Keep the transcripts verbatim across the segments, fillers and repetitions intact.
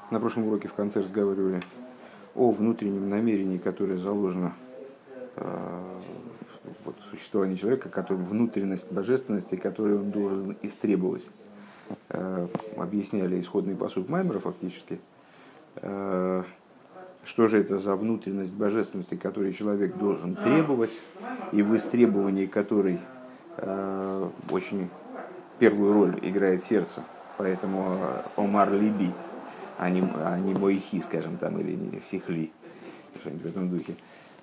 На прошлом уроке в конце разговаривали о внутреннем намерении, которое заложено э, вот, в существовании человека, который, внутренность божественности, которую он должен истребовать. Э, объясняли исходный посуд Маймера фактически. Э, что же это за внутренность божественности, которую человек должен требовать, и в истребовании которой э, очень первую роль играет сердце. Поэтому Омар Либи, а не, а не Моихи, скажем там, или не Сихли, что-нибудь в этом духе.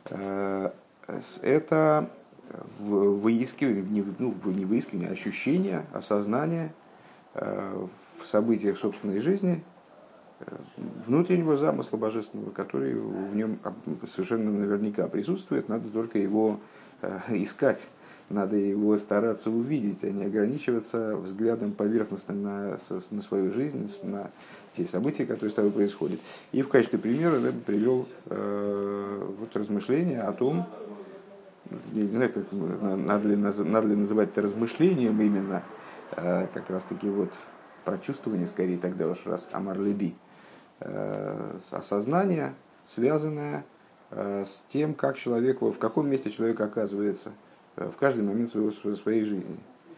Это выискивание, ну, не выискивание, а ощущение, осознание в событиях собственной жизни внутреннего замысла божественного, который в нем совершенно наверняка присутствует, надо только его искать. Надо его стараться увидеть, а не ограничиваться взглядом поверхностным на, на свою жизнь, на те события, которые с тобой происходят. И в качестве примера я бы привел э, вот размышления о том, я не знаю, как, надо, ли, надо ли называть это размышлением именно, э, как раз таки вот прочувствование, скорее тогда уж раз Амар Леби, э, осознание, связанное э, с тем, как человек, в каком месте человек оказывается в каждый момент своего, своей жизни.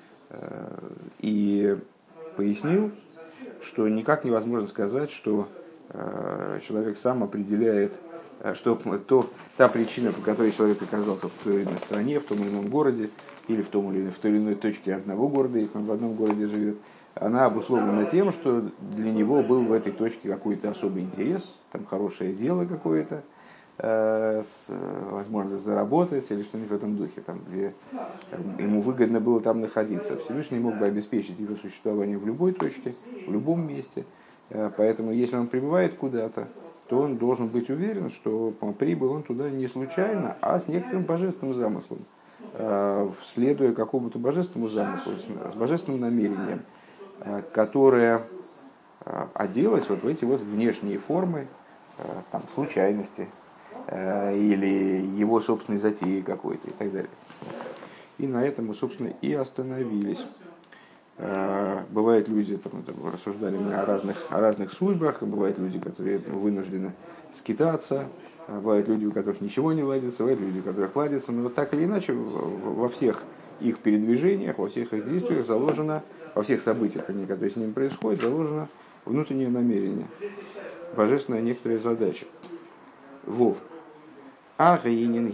И пояснил, что никак невозможно сказать, что человек сам определяет, что то, та причина, по которой человек оказался в той или иной стране, в том или ином городе, или в, том или иной, в той или иной точке одного города, если он в одном городе живет, она обусловлена тем, что для него был в этой точке какой-то особый интерес, там хорошее дело какое-то, возможность заработать или что-нибудь в этом духе, там, где ему выгодно было там находиться. Всевышний мог бы обеспечить его существование в любой точке, в любом месте. Поэтому, если он прибывает куда-то, то он должен быть уверен, что прибыл он туда не случайно, а с некоторым божественным замыслом, следуя какому-то божественному замыслу, с божественным намерением, которое оделось вот в эти вот внешние формы там, случайности, или его собственной затеи какой-то и так далее. И на этом мы, собственно, и остановились. Бывают люди, там, там, рассуждали мы о разных, о разных судьбах, бывают люди, которые вынуждены скитаться, бывают люди, у которых ничего не ладится, бывают люди, у которых ладится, но так или иначе во всех их передвижениях, во всех их действиях заложено, во всех событиях, которые с ними происходят, заложено внутреннее намерение, божественная некоторая задача. Вов. Агайнин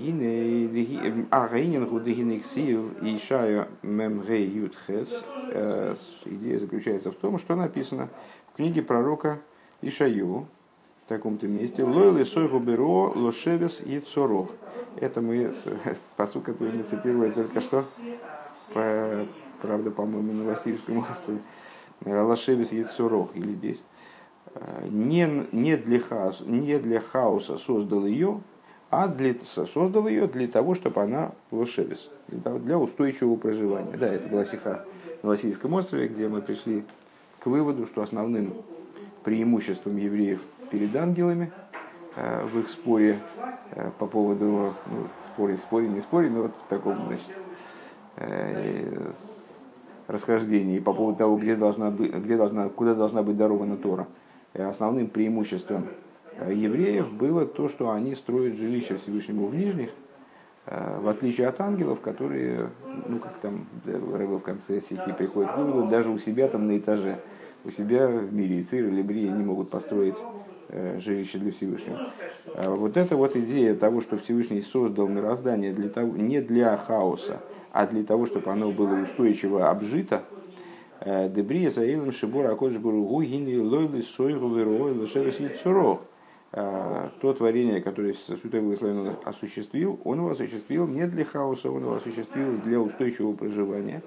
гудегинексию и шая мемгей ютхес. Идея заключается в том, что написано в книге пророка Ишаю, в таком-то месте, лойлы сойгу беро лошевес и цорох. Это мы с посу, который мы цитировали только что, правда, по-моему, на Васильевском острове, лошевес и цорох, или здесь. Не, не, для хаос, не для хаоса создал ее, а для, создал ее для того, чтобы она лошевис, для, для устойчивого проживания. Да, это была сиха на Васильевском острове, где мы пришли к выводу, что основным преимуществом евреев перед ангелами э, в их споре э, по поводу, ну, споре, споре, не споре, но вот в таком, значит, э, расхождении по поводу того, где должна быть, где должна, куда должна быть дарована Тора. Основным преимуществом евреев было то, что они строят жилище Всевышнему в нижних, в отличие от ангелов, которые, ну как там Рэбе в конце стихи приходит к выводу, даже у себя там на этаже, у себя в мире Ицир или Брия не могут построить жилище для Всевышнего. Вот эта вот идея того, что Всевышний создал мироздание для того, не для хаоса, а для того, чтобы оно было устойчиво обжито, Дебрия заилом шибура акодж буругу гини лойли сойру верой лошевес яцурох. То творение, которое Святой Благословен осуществил, он его осуществил не для хаоса, он его осуществил для устойчивого проживания.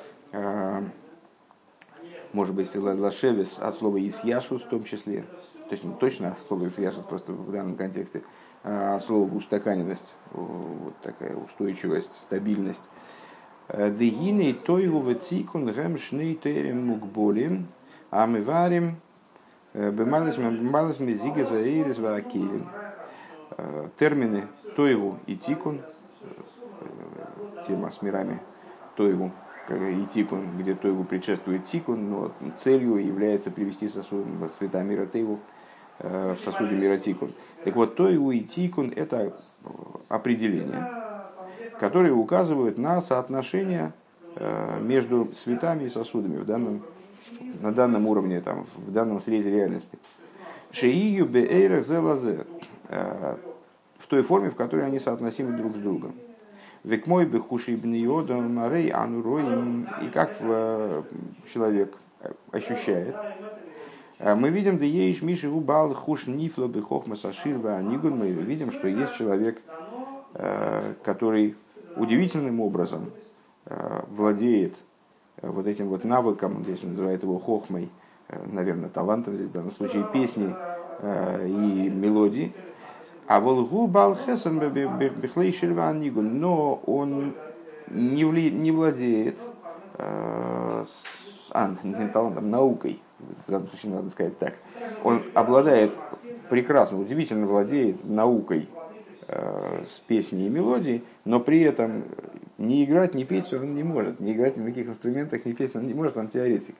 Может быть, лошевес от слова исьяшус в том числе, то есть не точно от слова исьяшус, просто в данном контексте, а от слова устаканенность, вот такая устойчивость, стабильность. Дегины тойгу ватикун гэм шней терем мукболим, а мы варим бемалас мезига заирис ваакилим. Термины тойгу и тикун, тема с мирами тойгу и тикун, где тойгу предшествует тикун, но целью является привести со своего света мира тейгу в сосуде мира тикун. Так вот, той уи тикун – это определение, которые указывают на соотношение между светами и сосудами в данном, на данном уровне, там, в данном срезе реальности. Шеию беэйрах зелазе, в той форме, в которой они соотносимы друг с другом. Век мой бехуши бниодом марей ануроим, и как человек ощущает. Мы видим, да ейш миши губал хуш нифло бехохма саширва анигун. Мы видим, что есть человек, который удивительным образом владеет вот этим вот навыком, здесь называют его хохмой, наверное, талантом, здесь в данном случае песни и мелодии. А волгу бал хесен бехлей ширва анигун, но он не, вли, не владеет а, не талантом, наукой, в данном случае надо сказать так. Он обладает прекрасно, удивительно владеет наукой с песней и мелодией, но при этом не играть, не петь он не может, не играть ни на каких инструментах, не петь он не может, он теоретик.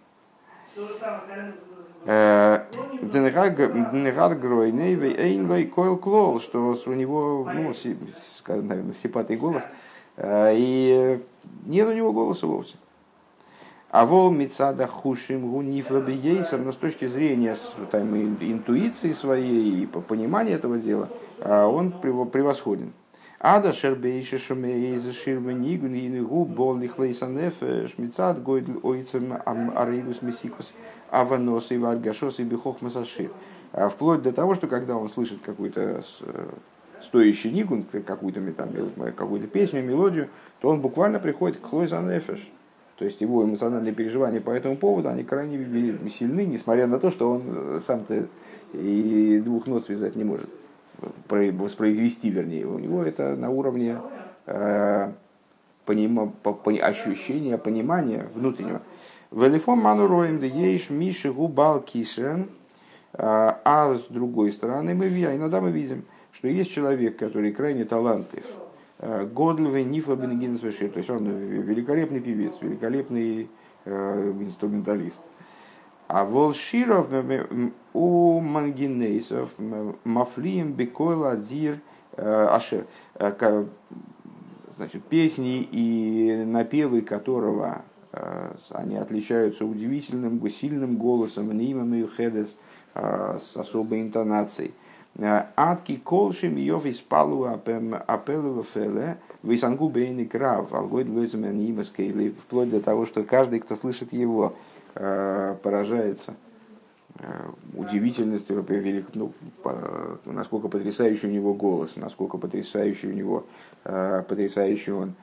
Денегар Гройней Эйнвей Койл Клол, что у него, ну, скажем, наверное, сипатый голос, и нет у него голоса вовсе. А вол мицада хушим гунифлабиейсом, но с точки зрения там, интуиции своей и понимания этого дела, он превосходен. Ада шербейши шумеиза ширманигун и губ болли хлейсанеф шмицад гойдл ойцем аригус месикус аванос и варгашос и бихох масашир. Вплоть до того, что когда он слышит какой-то стоящий нигун, какую-то, там, какую-то песню, мелодию, то он буквально приходит к хлойсанефеш. То есть его эмоциональные переживания по этому поводу, они крайне сильны, несмотря на то, что он сам-то и двух нот связать не может, воспроизвести, вернее. У него это на уровне э, понима, по, по, ощущения, понимания внутреннего. Велифон мануроем да ейш миши губал кишен, а с другой стороны мы видим, иногда мы видим, что есть человек, который крайне талантлив. Годлве Нифла Бенегин Свешир, то есть он великолепный певец, великолепный э, инструменталист. А волширов у мангинейсов мафлием бекойла дир ашер, значит, песни и напевы которого они отличаются удивительным, сильным голосом, нимом и хедес, с особой интонацией. Атки колшим йов испалу апелу феле висангу бейни крав алгойд лойцем анимаскейли, вплоть до того, что каждый, кто слышит его, поражается удивительностью, ну, насколько потрясающий у него голос, насколько потрясающий у него, потрясающий он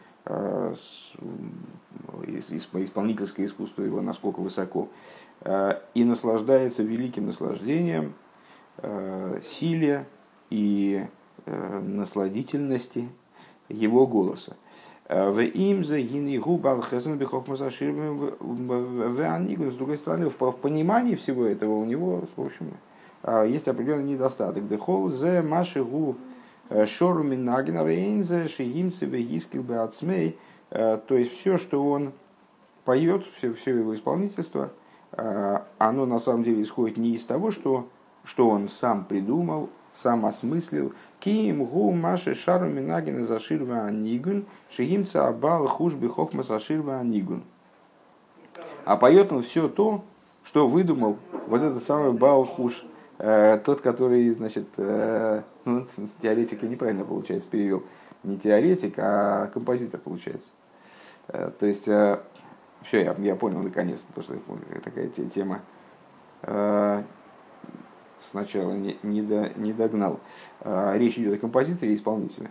исполнительское искусство его, насколько высоко, и наслаждается великим наслаждением силе и насладительности его голоса. В им за гини губал хесен бихох масашир в анигу. С другой стороны, в понимании всего этого у него, в общем, есть определенный недостаток. Дехол зе маши гу шору минагин рейнзе шигимцы вегискил бы ацмей. То есть все, что он поет, все, все его исполнительство, оно на самом деле исходит не из того, что что он сам придумал, сам осмыслил. Киим гу маши шару минагина заширва анигун, шигимца абал хушби хохма заширва анигун. А поет он все то, что выдумал вот этот самый Баал Хуш, э, тот, который, значит, э, ну, теоретик неправильно получается перевел, не теоретик, а композитор получается. Э, то есть, э, все, я, я понял наконец, потому что такая тема. Э, Сначала не, не, до, не догнал. А, речь идет о композиторе и исполнителе.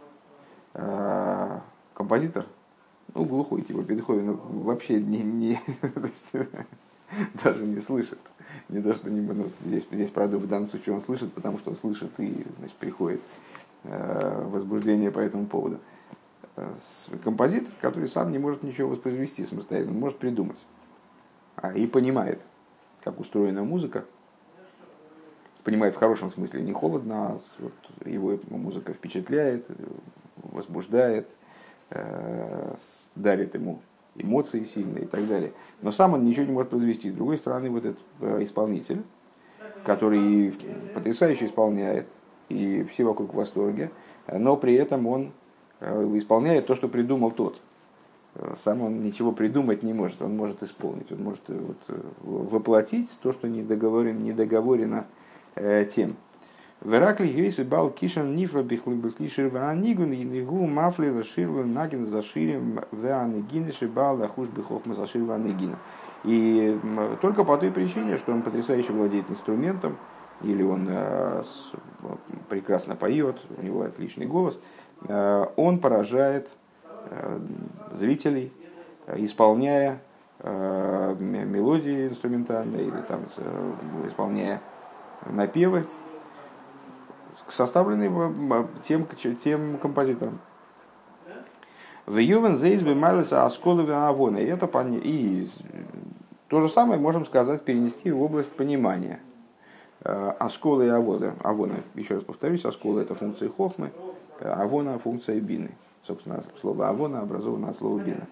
А, композитор, ну, глухой, типа Бетховен, вообще не, не, даже не слышит. Не то, что не, ну, здесь, здесь, правда, в данном случае он слышит, потому что он слышит, и, значит, приходит а, возбуждение по этому поводу. А, композитор, который сам не может ничего воспроизвести самостоятельно, может придумать. А, и понимает, как устроена музыка. Понимает в хорошем смысле, не холодно, а вот его музыка впечатляет, возбуждает, э, дарит ему эмоции сильные и так далее. Но сам он ничего не может произвести. С другой стороны, вот этот исполнитель, который потрясающе исполняет, и все вокруг в восторге, но при этом он исполняет то, что придумал тот. Сам он ничего придумать не может, он может исполнить, он может вот, воплотить то, что не договорено, не договорено э, тем. Веракли гейсы бал кишан нифра бихлибхлишир ваанигун инигу мафли зашир ванагин заширим ваанигиниши бал ахуш бихохма зашир ваанигина. И только по той причине, что он потрясающе владеет инструментом, или он э, с, прекрасно поет, у него отличный голос, э, он поражает зрителей, исполняя мелодии инструментальные или там, исполняя напевы, составленные тем, тем композитором. В Ювен здесь бы майлиса осколы авона. И это и то же самое можем сказать, перенести в область понимания. Осколы и авона. Авона, еще раз повторюсь, осколы это функции хохмы, авона функция бины. Собственно, слово авона образовано от слова бина.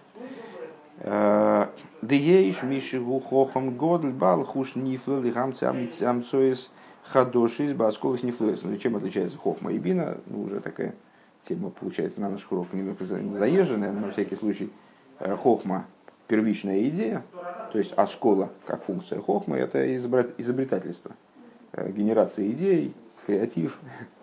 Диеиш мишигу хохам годль бал хуш нифло лихамцы амцоис хадошис басколус нифлоис. Ну, чем отличается хохма и бина? Ну, уже такая тема получается на наш урок немного заезженная, но на всякий случай. Хохма — первичная идея, то есть аскола как функция хохмы — это изобретательство, генерация идей, креатив.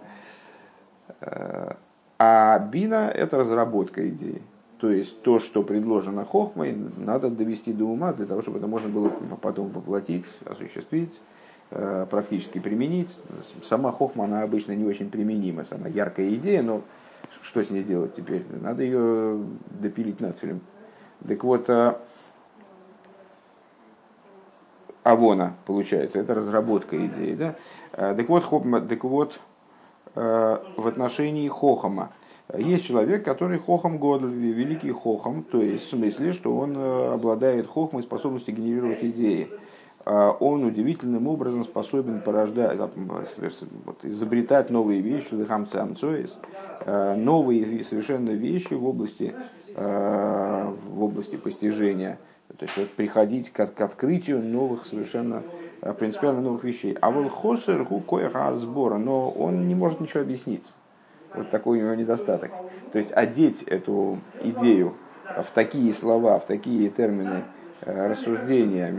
А бина — это разработка идеи. То есть то, что предложено хохмой, надо довести до ума, для того, чтобы это можно было потом воплотить, осуществить, практически применить. Сама хохма, она обычно не очень применима, сама яркая идея, но что с ней делать теперь? Надо ее допилить надфилем. Так вот, авона, получается, это разработка идеи. Да? Так вот, хохма, так вот, в отношении хохома. Есть человек, который хохом годль, великий хохом, то есть в смысле, что он обладает хохмой, способностью генерировать идеи. Он удивительным образом способен порождать, вот, изобретать новые вещи, новые совершенно вещи в области, в области постижения. То есть вот, приходить к, к открытию новых, совершенно принципиально новых вещей. А вот хосер гу коэха сбора, но он не может ничего объяснить. Вот такой у него недостаток. То есть одеть эту идею в такие слова, в такие термины, рассуждения,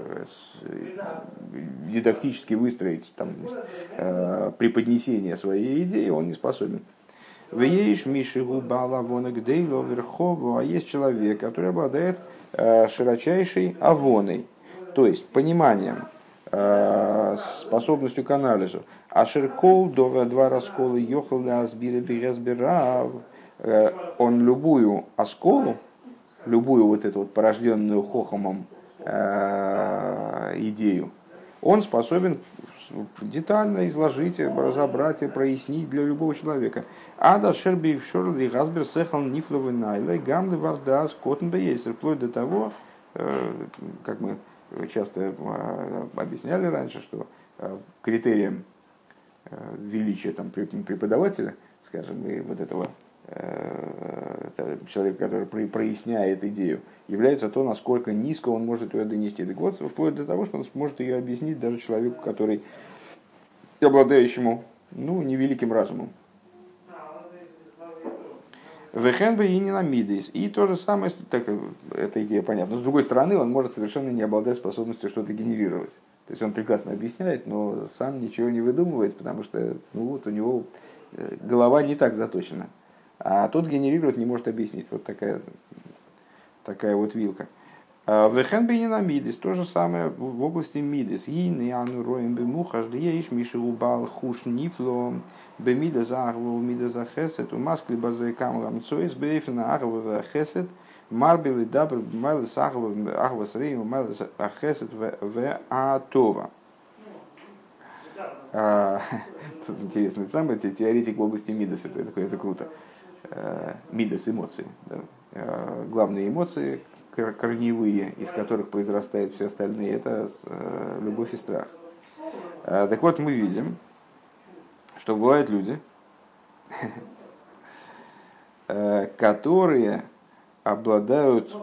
дидактически выстроить там, преподнесение своей идеи, он не способен. Вееш мишигу бала вонагдейло верхову, а есть человек, который обладает широчайшей авоной, то есть пониманием, способностью к анализу. А ширкол до два раскола ехал на азбире березбирав. Он любую осколу, любую вот эту вот порожденную хохомом идею, он способен детально изложить, разобрать и прояснить для любого человека. Ада шерби в шорли газбер сехал нифловый найле гамды вардас котн бейсер, вплоть до того, как мы часто объясняли раньше, что критерием величия там, преподавателя, скажем, и вот этого человека, который проясняет идею, является то, насколько низко он может ее донести. Так вот, вплоть до того, что он сможет ее объяснить даже человеку, который обладающему ну, невеликим разумом. Вехенбе и ненамидис. И то же самое, так, эта идея понятна. Но с другой стороны, он может совершенно не обладать способностью что-то генерировать. То есть он прекрасно объясняет, но сам ничего не выдумывает, потому что ну, вот у него голова не так заточена. А тот генерирует, не может объяснить. Вот такая, такая вот вилка. Вехенбе и ненамидис. То же самое в области мидис. Йин и ану роем бемухаш, ешь миши убал хуш нифло. Бемида за агву, мида за хесед, у маскли базы камлам цоис, бейфина агву за хесед, марбили дабр, майлы с агву, агву с рейм, майлы с хесед в атова. Тут интересно, самый теоретик в области мидас, это, это, это круто. Мидас — эмоции. Да? Главные эмоции, корневые, из которых произрастают все остальные, это любовь и страх. Так вот, мы видим, что бывают люди, которые обладают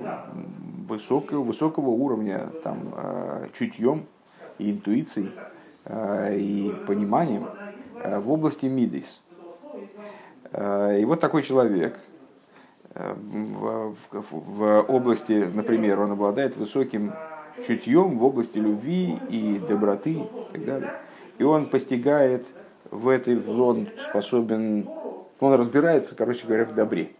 высокого, высокого уровня там, чутьем и интуицией, и пониманием в области мидейс. И вот такой человек в, в, в области, например, он обладает высоким чутьем в области любви и доброты и так далее. И он постигает в этой, он способен, он разбирается, короче говоря, в добре.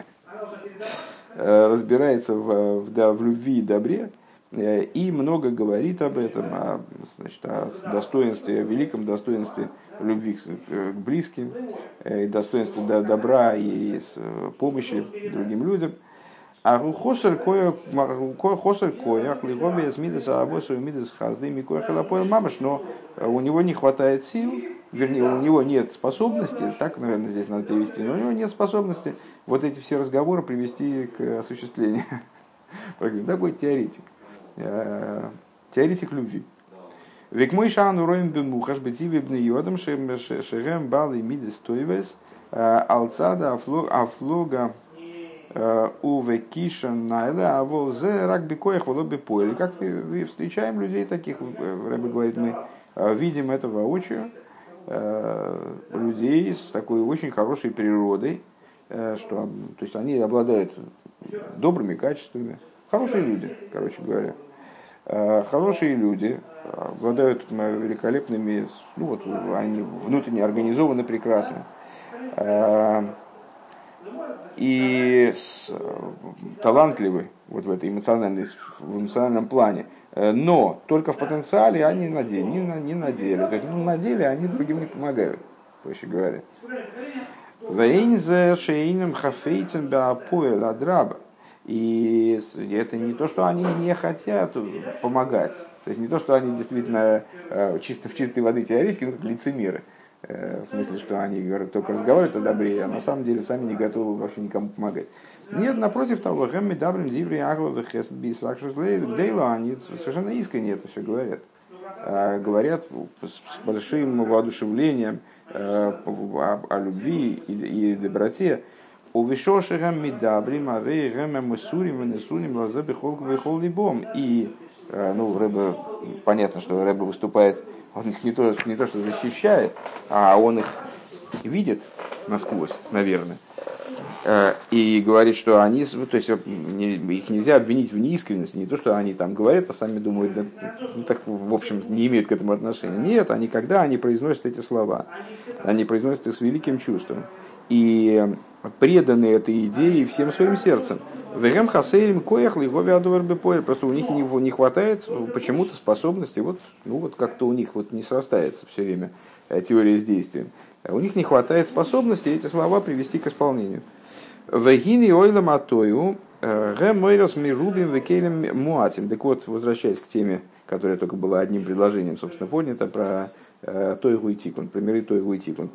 Разбирается в, в, да, в любви и добре. И много говорит об этом, о, значит, о достоинстве, о великом достоинстве любви к близким, достоинстве добра и помощи другим людям. А у хосер коя, хосер коя, хлебове смидес абосу мидес хазды микоя халапоя мамаш, но у него не хватает сил, вернее, у него нет способности, так, наверное, здесь надо перевести, но у него нет способности вот эти все разговоры привести к осуществлению. Такой теоретик. Теоретик любви. Век мой шану роем бемухаш бетиве бне йодам шерем балы мидес тойвес алцада афлога уве кишан найла аволзе рак бекоях волобе поэль. Как мы встречаем людей таких, Рэбе говорит, мы видим это воочию, людей с такой очень хорошей природой, что, то есть они обладают добрыми качествами, хорошие люди, короче говоря. Хорошие люди обладают великолепными, ну вот они внутренне организованы прекрасно и талантливы вот в этой эмоциональной, в эмоциональном плане, но только в потенциале, а не на деле, не на, не на деле. То есть, ну, на деле они другим не помогают, проще говоря. И это не то, что они не хотят помогать. То есть не то, что они действительно чисто в чистой воды теоретики, ну как лицемеры. В смысле, что они говорят, только разговаривают о добре, а на самом деле сами не готовы вообще никому помогать. Нет, напротив того, они совершенно искренне это все говорят. Говорят с большим воодушевлением о, о любви и, и доброте. И, ну, Рэбе, понятно, что Рэбе выступает, он их не то, не то что защищает, а он их видит насквозь, наверное. И говорит, что они, то есть их нельзя обвинить в неискренности, не то, что они там говорят, а сами думают, да, ну, так, в общем, не имеют к этому отношения. Нет, они, когда они произносят эти слова, они произносят их с великим чувством и преданы этой идее всем своим сердцем. Просто у них не хватает почему-то способности, вот, ну вот как-то у них вот не срастается все время теория с действием. У них не хватает способности эти слова привести к исполнению. Вегини ойлам атою гэмойрос мирубим векелем муатим. Так вот, возвращаясь к теме, которая только была одним предложением, собственно, поднята, про тойгу и тикун, про миры тойгу и тикун.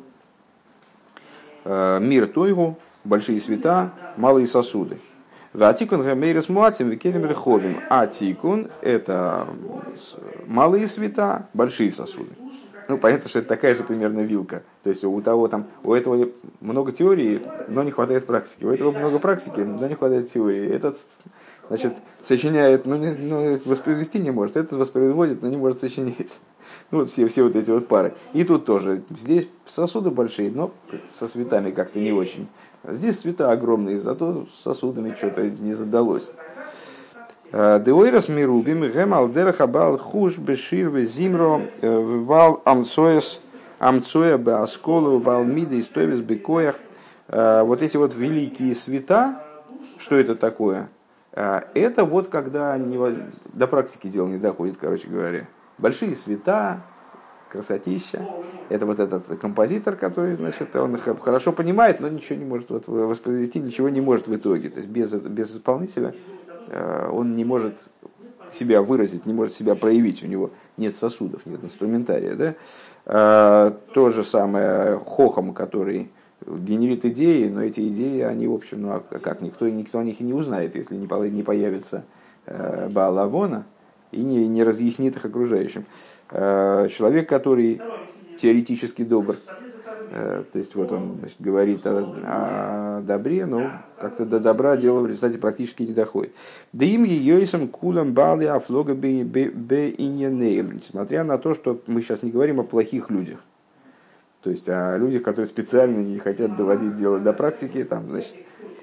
Мир тойгу, большие света, малые сосуды. Ватикун гэмойрос муатим векелем реховим. А тикун — это малые света, большие сосуды. Ну, понятно, что это такая же примерно вилка. То есть у того там, у этого много теории, но не хватает практики. У этого много практики, но не хватает теории. Этот, значит, сочиняет, но, не, но воспроизвести не может. Этот воспроизводит, но не может сочинять. Ну, вот все, все вот эти вот пары. И тут тоже. Здесь сосуды большие, но со светами как-то не очень. Здесь света огромные, зато с сосудами что-то не задалось. Деойрас мирубим гэм алдерах абал хуш бешир везимро вал амцоес амцоя беасколу вал миды истовис бекоях. Вот эти вот великие света, что это такое? Это вот когда не, до практики дело не доходит, короче говоря. Большие света, красотища. Это вот этот композитор, который, значит, он их хорошо понимает, но ничего не может вот воспроизвести, ничего не может в итоге. То есть без, без исполнителя он не может себя выразить, не может себя проявить, у него нет сосудов, нет инструментария. Да? То же самое хохом, который генерит идеи, но эти идеи, они, в общем, ну а как, никто, никто о них и не узнает, если не появится Баал Авона и не, не разъяснит их окружающим. Человек, который теоретически добр, То есть вот он, значит, говорит о, о добре, но как-то до добра дело в результате практически не доходит. Да им йойсам кулам бали афлога бе иньянеем. Несмотря на то, что мы сейчас не говорим о плохих людях. То есть о людях, которые специально не хотят доводить дело до практики, там, значит,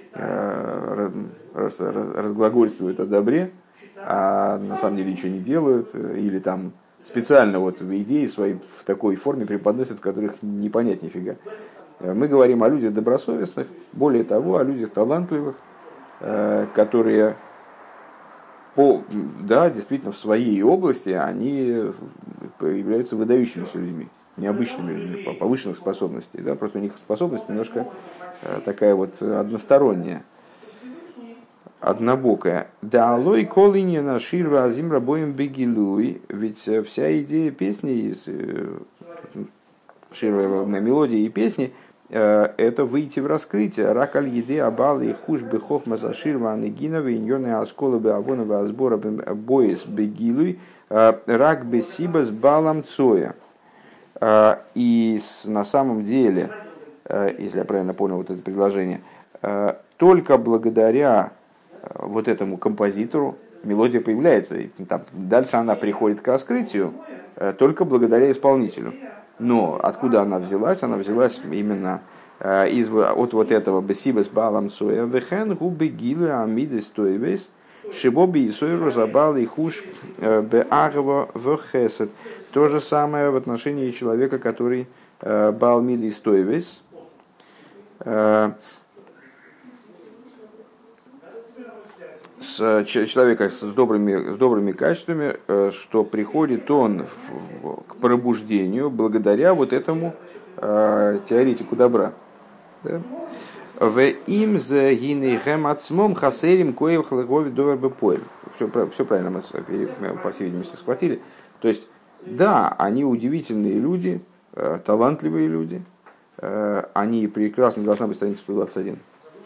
разглагольствуют о добре, а на самом деле ничего не делают, или там специально вот идеи свои в такой форме преподносят, в которых не понять нифига. Мы говорим о людях добросовестных, более того, о людях талантливых, которые, по, да, действительно в своей области, они являются выдающимися людьми, необычными людьми, повышенных способностей. Да? Просто у них способность немножко такая вот односторонняя, однобокая. Да алой колыни на ширва азим рабоем бегилуй. Ведь вся идея песни, из ширва мелодии и песни, это выйти в раскрытие. Ракаль еды абалы и хуш бы хохма за ширва анегиновы иньоны асколы бы авонова сбора боис бегилуй рак бы сиба с балом цоя. И на самом деле, если я правильно понял вот это предложение, только благодаря вот этому композитору мелодия появляется. И там, дальше она приходит к раскрытию только благодаря исполнителю. Но откуда она взялась? Она взялась именно из, от вот этого «Бесибас балам цоя вехен губы гилы амидес тоевес шибоби и сойру забал и хуш беагва вехесет». То же самое в отношении человека, который бал мидес тоевес, с человека с добрыми, с добрыми качествами, что приходит он в, к пробуждению благодаря вот этому э, теоретику добра. В им за гинейхем ацмом хасерим коев хлагови довер бепоэль. Все правильно мы, по всей видимости, схватили. То есть, да, они удивительные люди, талантливые люди. Они прекрасно, должна быть страница сто двадцать один.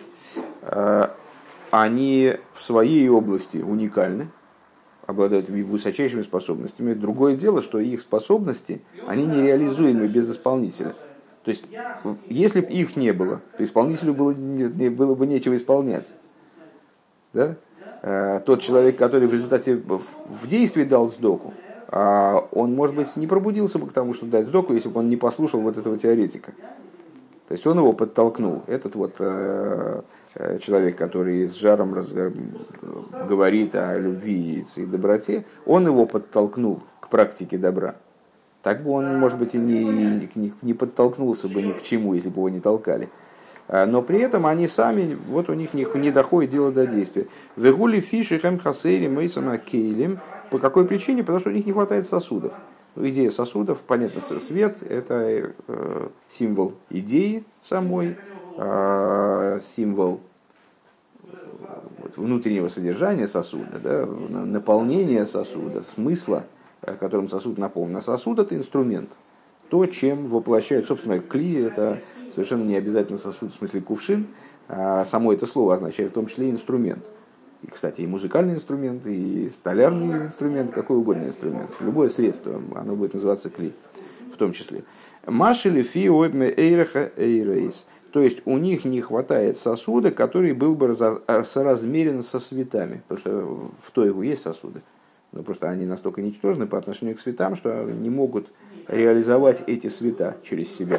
Они в своей области уникальны, обладают высочайшими способностями. Другое дело, что их способности, они нереализуемы без исполнителя. То есть, если бы их не было, то исполнителю было, не, было бы нечего исполнять. Да? Тот человек, который в результате в действии дал сдоку, он, может быть, не пробудился бы к тому, чтобы дать сдоку, если бы он не послушал вот этого теоретика. То есть он его подтолкнул. Этот вот человек, который с жаром раз... говорит о любви и доброте, он его подтолкнул к практике добра. Так бы он, может быть, и не, не, не подтолкнулся бы ни к чему, если бы его не толкали. Но при этом они сами, вот у них не, не доходит дело до действия. Вегули фиши хэм хасейри мейсама кейлем. По какой причине? Потому что у них не хватает сосудов. Идея сосудов, понятно, свет – это э, символ идеи самой, э, символ вот, внутреннего содержания сосуда, да, наполнения сосуда, смысла, которым сосуд наполнен. А сосуд – это инструмент. То, чем воплощает, собственно, кли – это совершенно не обязательно сосуд, в смысле кувшин, а само это слово означает в том числе инструмент. И, кстати, и музыкальный инструмент, и столярный инструмент, какой угодно инструмент. Любое средство, оно будет называться кли, в том числе. Машили фи ойбме эйреха эйрейс. То есть у них не хватает сосуда, который был бы соразмерен со светами. Потому что в Тойгу есть сосуды. Но просто они настолько ничтожны по отношению к светам, что не могут реализовать эти света через себя.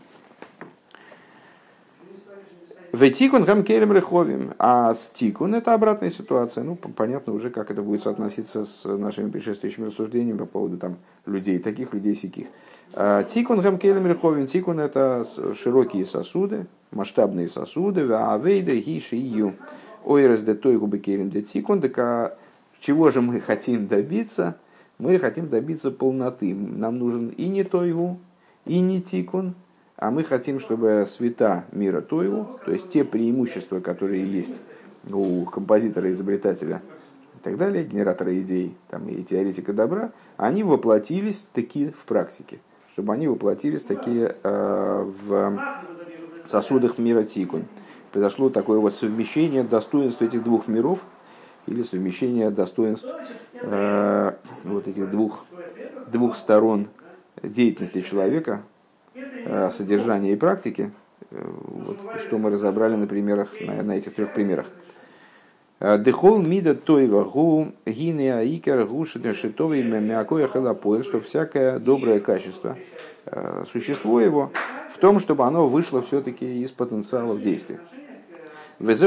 В тикун хамкелем реховим, а с тикун это обратная ситуация. Ну, понятно уже, как это будет соотноситься с нашими предшествующими рассуждениями по поводу там, людей таких, людей сяких. Тикун хамкелем реховим, тикун это широкие сосуды, масштабные сосуды, а вейда гиши ю, ойрес де той губекерим де тикун, так чего же мы хотим добиться? Мы хотим добиться полноты. Нам нужен и не тойгу, и не тикун, а мы хотим, чтобы света мира Тойву, то есть те преимущества, которые есть у композитора, изобретателя и так далее, генератора идей там, и теоретика добра, они воплотились такие в практике, чтобы они воплотились такие э, в сосудах мира Тикун. Произошло такое вот совмещение достоинств этих двух миров, или совмещение достоинств э, вот этих двух, двух сторон деятельности человека, содержания и практики. Вот, что мы разобрали на примерах, на, на этих трех примерах. Дехол мида тойва гу гинеа икер гуши шитовый мякоя хелапоэль, что всякое доброе качество, существо его в том, чтобы оно вышло все-таки из потенциала в действии. И вот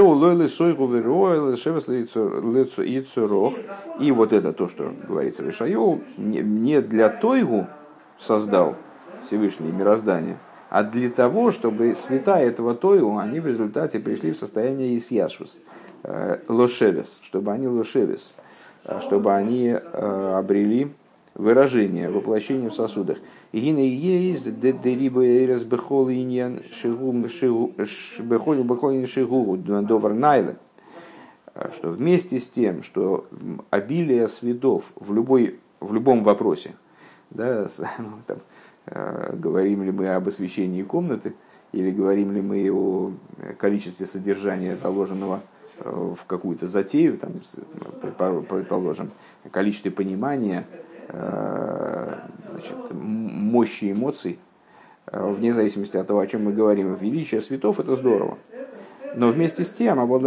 это то, что говорится в Ишайоу, не для тойгу создал Всевышний мироздание, а для того, чтобы света этого тойгу, они в результате пришли в состояние исьяшвус, лошевес, чтобы они лошевес, чтобы они обрели выражение, воплощение в сосудах. Гины есть дерибо эрес бехол иньян шигум бехол бехол иньян шигу довар найле, что вместе с тем, что обилие светов в любой в любом вопросе, да, ну, там, говорим ли мы об освещении комнаты или говорим ли мы о количестве содержания, заложенного в какую-то затею, там, предположим, количестве понимания, значит, мощи эмоций, вне зависимости от того, о чем мы говорим. Величие светов — это здорово. Но вместе с тем, но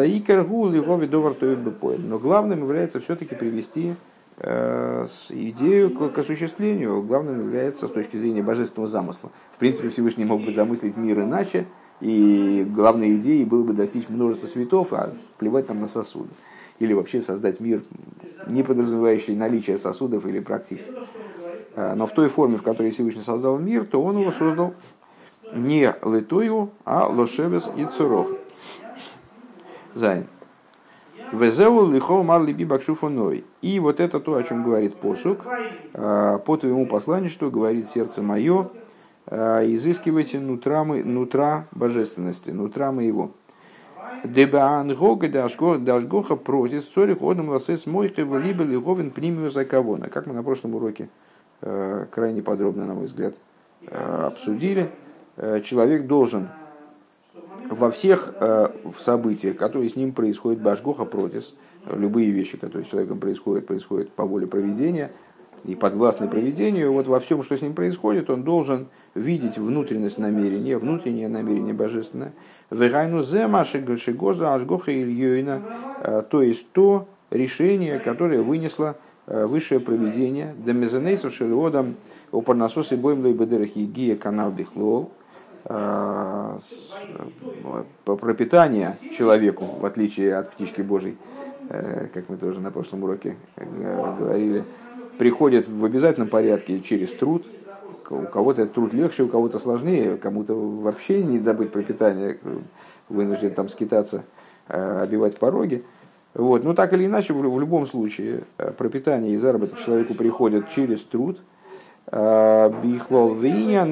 главным является все-таки привести идею к осуществлению. Главным является с точки зрения божественного замысла. В принципе, Всевышний мог бы замыслить мир иначе, и главной идеей было бы достичь множества светов, а плевать там на сосуды. Или вообще создать мир, не подразумевающий наличие сосудов или практик. Но в той форме, в которой Всевышний создал мир, то он его создал не летою, а лошевес и цурох. Зайн. Везеу лихо марли бибакшуфоной. И вот это то, о чем говорит посук. По твоему посланничеству говорит сердце мое, изыскивайте нутра, нутра божественности, нутра моего. Дебаан гога дашгоха против сорих одном ласес мойхе либо лиговин пнимию закавона. Как мы на прошлом уроке крайне подробно, на мой взгляд, обсудили, человек должен во всех событиях, которые с ним происходят, башгоха протис, любые вещи, которые с человеком происходят, происходят по воле провидения и подвластны провидению, вот во всем, что с ним происходит, он должен видеть внутренность намерения, внутреннее намерение божественное. Вегайну зема шигоза ашгоха ильёйна, то есть то решение, которое вынесло высшее провидение. Демезенейсов шелиодам упорнасосы боем лейбедерахи гия канал дихлол. По пропитанию человеку, в отличие от птички Божьей, как мы тоже на прошлом уроке говорили, приходит в обязательном порядке через труд. У кого-то этот труд легче, у кого-то сложнее, кому-то вообще не добыть пропитание, вынужден там скитаться, обивать пороги. Вот. Но так или иначе, в любом случае, пропитание и заработок человеку приходят через труд. Бихлол виньян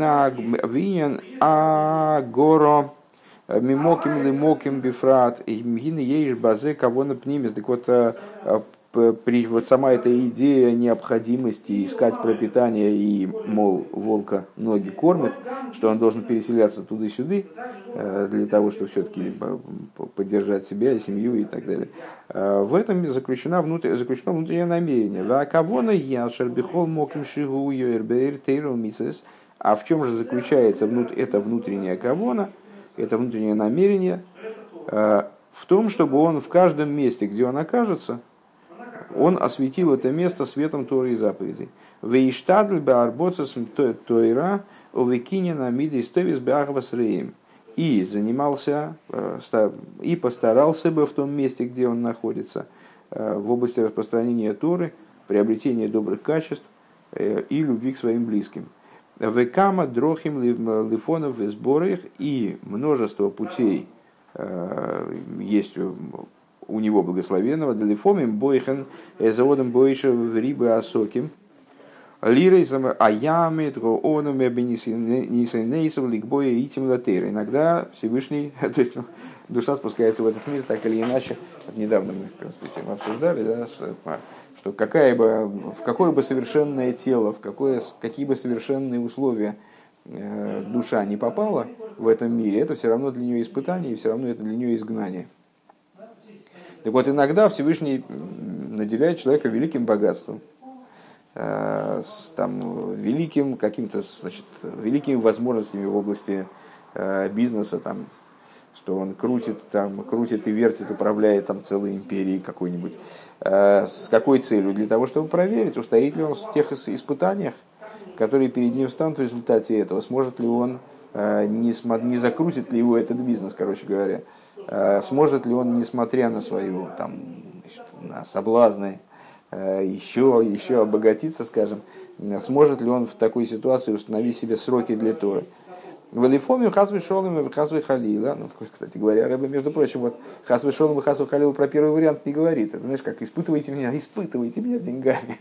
агоро мимоким лимоким бифрат мгины ейш базе кого на пнимес. Так вот, при, вот сама эта идея необходимости искать пропитание и, мол, волка ноги кормят, что он должен переселяться туда-сюда для того, чтобы все-таки поддержать себя и семью и так далее. В этом заключено, внутр... заключено внутреннее намерение. А в чем же заключается это внутреннее кавона, это внутреннее намерение? В том, чтобы он в каждом месте, где он окажется, он осветил это место светом Торы и заповедей. Вейштадль беарбоцес тойра увекинена мидей стовис беарбас реем. И занимался, и постарался бы в том месте, где он находится, в области распространения Торы, приобретения добрых качеств и любви к своим близким. Векама дрохим лифонов в сборах, и множество путей есть у него благословенного, далифомим бойхен эзаодом бойша в рибы асоким, лирейсом аямет гооном нисенейсом ликбоя итим латейр. Иногда Всевышний, то есть душа спускается в этот мир так или иначе. Вот недавно мы, как раз, мы обсуждали, да, что, что какая бы, в какое бы совершенное тело, в какое, какие бы совершенные условия э, душа не попала в этом мире, это все равно для нее испытание, и все равно это для нее изгнание. Так вот, иногда Всевышний наделяет человека великим богатством, э, с там, великим каким-то, значит, великими возможностями в области э, бизнеса, там, что он крутит, там, крутит и вертит, управляет там, целой империей какой-нибудь. Э, с какой целью? Для того, чтобы проверить, устоит ли он в тех испытаниях, которые перед ним встанут в результате этого, сможет ли он, э, не, смо- не закрутит ли его этот бизнес, короче говоря, э, сможет ли он, несмотря на свою, там, значит, на соблазны, э, еще, еще обогатиться, скажем, сможет ли он в такой ситуации установить себе сроки для Торы. В Элифоме хасвы шолом и хасвы халила. Ну, кстати говоря, Рэбе, между прочим, вот хасвы шолом и хасвы халила про первый вариант не говорит. Это, знаешь, как испытывайте меня, испытывайте меня деньгами.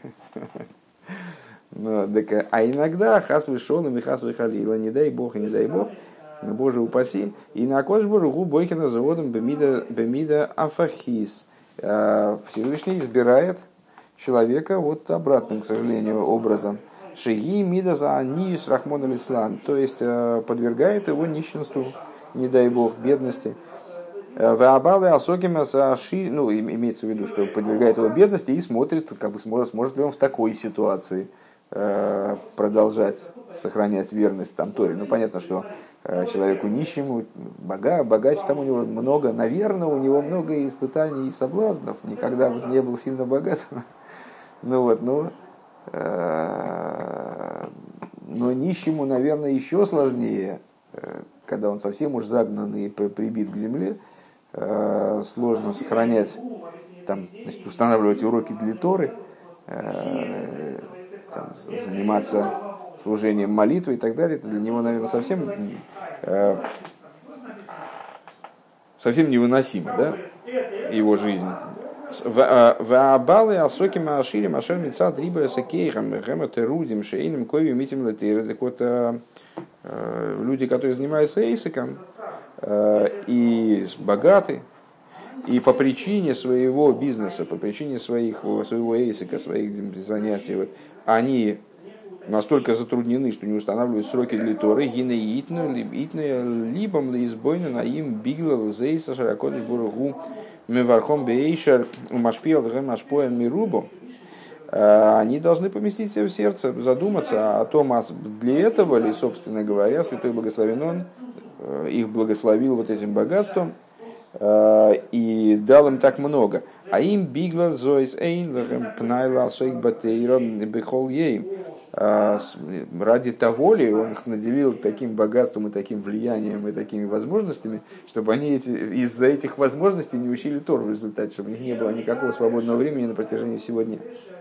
Ну, так, а иногда хасвы шолом и хасвы халила, не дай бог и не дай бог, Боже упаси, и на кожбургу бойхина заводом бемида, бемида афахис. Всевышний избирает человека вот обратным, к сожалению, образом. Шиги мида за ниюс рахмон алислан, то есть подвергает его нищенству, не дай бог, бедности. Ваабалы асокима саши, ну, имеется в виду, что подвергает его бедности и смотрит, как бы сможет, сможет ли он в такой ситуации э, продолжать сохранять верность там Торе. Ну, понятно, что э, человеку нищему, бога, богач там у него много, наверное, у него много испытаний и соблазнов, никогда вот не был сильно богат. Ну вот, ну, э, но нищему, наверное, еще сложнее, э, когда он совсем уж загнан и прибит к земле. Сложно сохранять, там, значит, устанавливать уроки для Торы, э, там, заниматься служением молитвы и так далее. Это для него, наверное, совсем, э, совсем невыносимо, да, его жизнь. Ваабалы асокима аширим ашер мицад риба сакейхам гэмэт эрудим шейным кови митим летейр. Так вот, люди, которые занимаются эйсиком, и богаты, и по причине своего бизнеса, по причине своих, своего эйсика, своих занятий, вот, они настолько затруднены, что не устанавливают сроки для Торы, либо избойно на им бигла зейса шаракодиш бургу мевархом бейшер умашпиал гэмашпоем мирубу. Они должны поместить себе в сердце, задуматься о том, для этого ли, собственно говоря, Святой Благословен Он их благословил вот этим богатством и дал им так много. А им бигла зоис эйн лэхэм пнайла асойк батейра бехол ейм. Ради того ли он их наделил таким богатством и таким влиянием и такими возможностями, чтобы они эти, из-за этих возможностей не учили Тору в результате, чтобы у них не было никакого свободного времени на протяжении всего дня.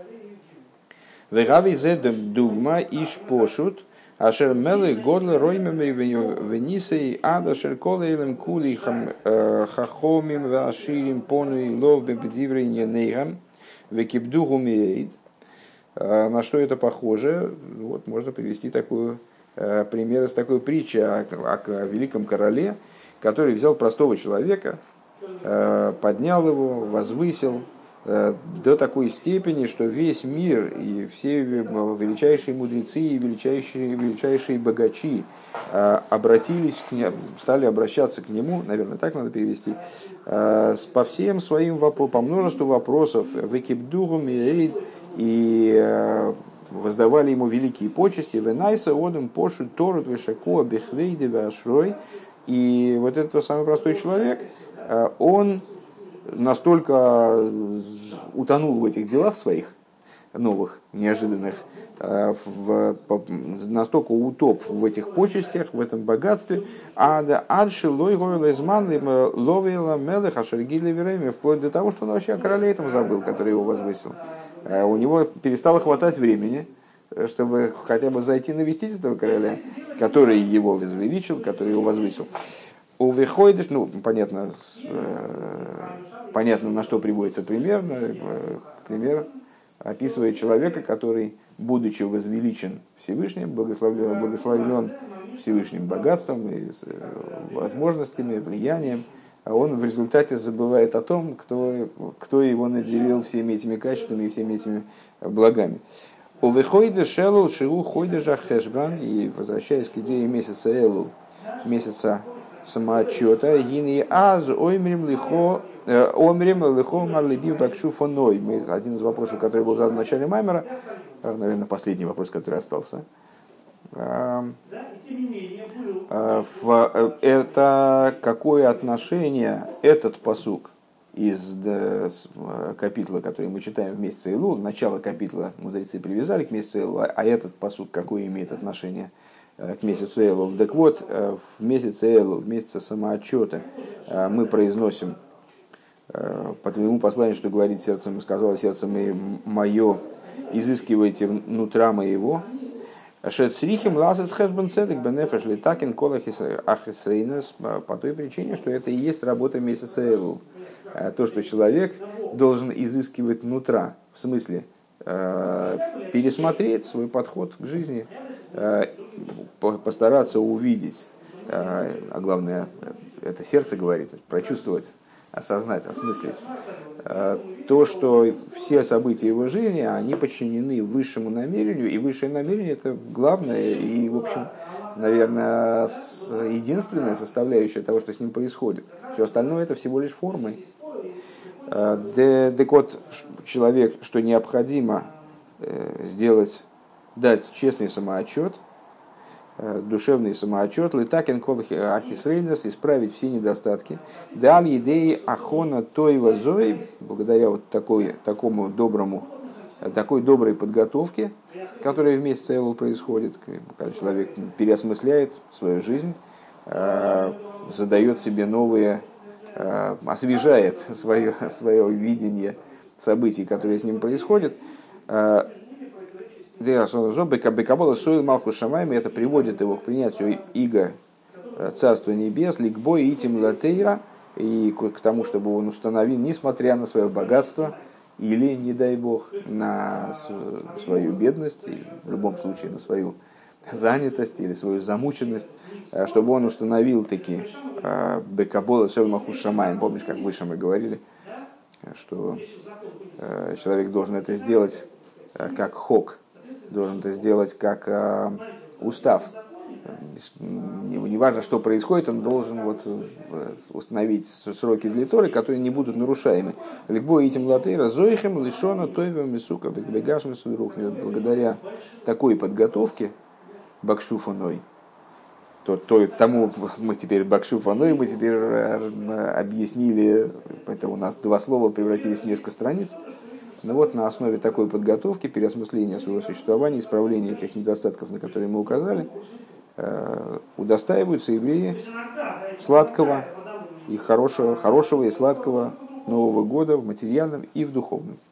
Вегави зедем дугма иш пошут, ашер мелы годлы роймами венисей ада шерколейлем кули хахомим ваширим пону и лов бебедиврей нейгам векибдугу миэйд. На что это похоже? Вот можно привести такую, пример из такой притчи о, о великом короле, который взял простого человека, поднял его, возвысил до такой степени, что весь мир и все величайшие мудрецы и величайшие, величайшие богачи обратились к нему, стали обращаться к нему, наверное, так надо перевести, по всем своим вопросам, по множеству вопросов, в экибдугу миэйд, и воздавали ему великие почести, венайса одам пошу торут вешако бехвейде вашрой. И вот этот самый простой человек, он настолько утонул в этих делах своих новых, неожиданных, в, настолько утоп в этих почестях, в этом богатстве, ада адши лой гойло изман ловила мелех ашергили вереми, вплоть до того, что он вообще о короле этом забыл, который его возвысил. У него перестало хватать времени, чтобы хотя бы зайти навестить этого короля, который его возвеличил, который его возвысил. У выходишь, ну, понятно, понятно, на что приводится пример. Пример описывает человека, который, будучи возвеличен Всевышним, благословлен, благословлен Всевышним богатством, и возможностями, влиянием, а он в результате забывает о том, кто, кто его наделил всеми этими качествами и всеми этими благами. У выхода шелул шиу хойдежа хэшбан, и возвращаясь к идее месяца Элул, месяца самоотчета, гини аз оймрим лихо оймрим лихо марлиби бакшу фоной. Один из вопросов, который был задан в начале Маймера, наверное, последний вопрос, который остался. Это какое отношение этот пасук из капитла, который мы читаем в месяце Элул, начало капитла мудрецы привязали к месяцу Элул, а этот пасук какое имеет отношение к месяцу Элул? Так вот, в месяце Элул, в месяце самоотчета, мы произносим по твоему посланию, что говорит сердцем, сказала сердце мое, изыскивайте внутра моего. Шецрихим лазес хэшбен цедек бенефеш литакин колахис ахисрейнес, по той причине, что это и есть работа месяца Элул. То, что человек должен изыскивать внутра, в смысле пересмотреть свой подход к жизни, постараться увидеть, а главное, это сердце говорит, прочувствовать, осознать, осмыслить то, что все события его жизни, они подчинены высшему намерению, и высшее намерение это главное и, в общем, наверное, единственная составляющая того, что с ним происходит. Все остальное это всего лишь формы. Так вот, человек, что необходимо сделать, дать честный самоотчет, душевный самоотчет, литакин колахи ахисрейнес, исправить все недостатки. Дал идеи ахона тойва зои, благодаря вот такой, такому доброму, такой доброй подготовке, которая в месяц Элул происходит, когда человек переосмысляет свою жизнь, задает себе новые, освежает свое, свое видение событий, которые с ним происходят. Бекабола соил Малхус Шамайм, это приводит его к принятию иго Царства Небес, ликбой и тим латейра, и к тому, чтобы он установил, несмотря на свое богатство, или, не дай бог, на свою бедность, и в любом случае на свою занятость или свою замученность, чтобы он установил таки Бекабола соил Малхус Шамайм. Помнишь, как выше мы говорили, что человек должен это сделать как хок, должен это сделать как э, устав. Не, не важно, что происходит, он должен вот, установить сроки для Торы, которые не будут нарушаемы. Ликбо этим латейра зоихем лишона тойва мисука бегашми суирухми. Благодаря такой подготовке бакшуфаной, то, то тому мы теперь бакшуфаной, мы теперь объяснили, это у нас два слова превратились в несколько страниц. Но вот на основе такой подготовки, переосмысления своего существования, исправления тех недостатков, на которые мы указали, удостаиваются евреи сладкого и хорошего, хорошего и сладкого Нового года в материальном и в духовном.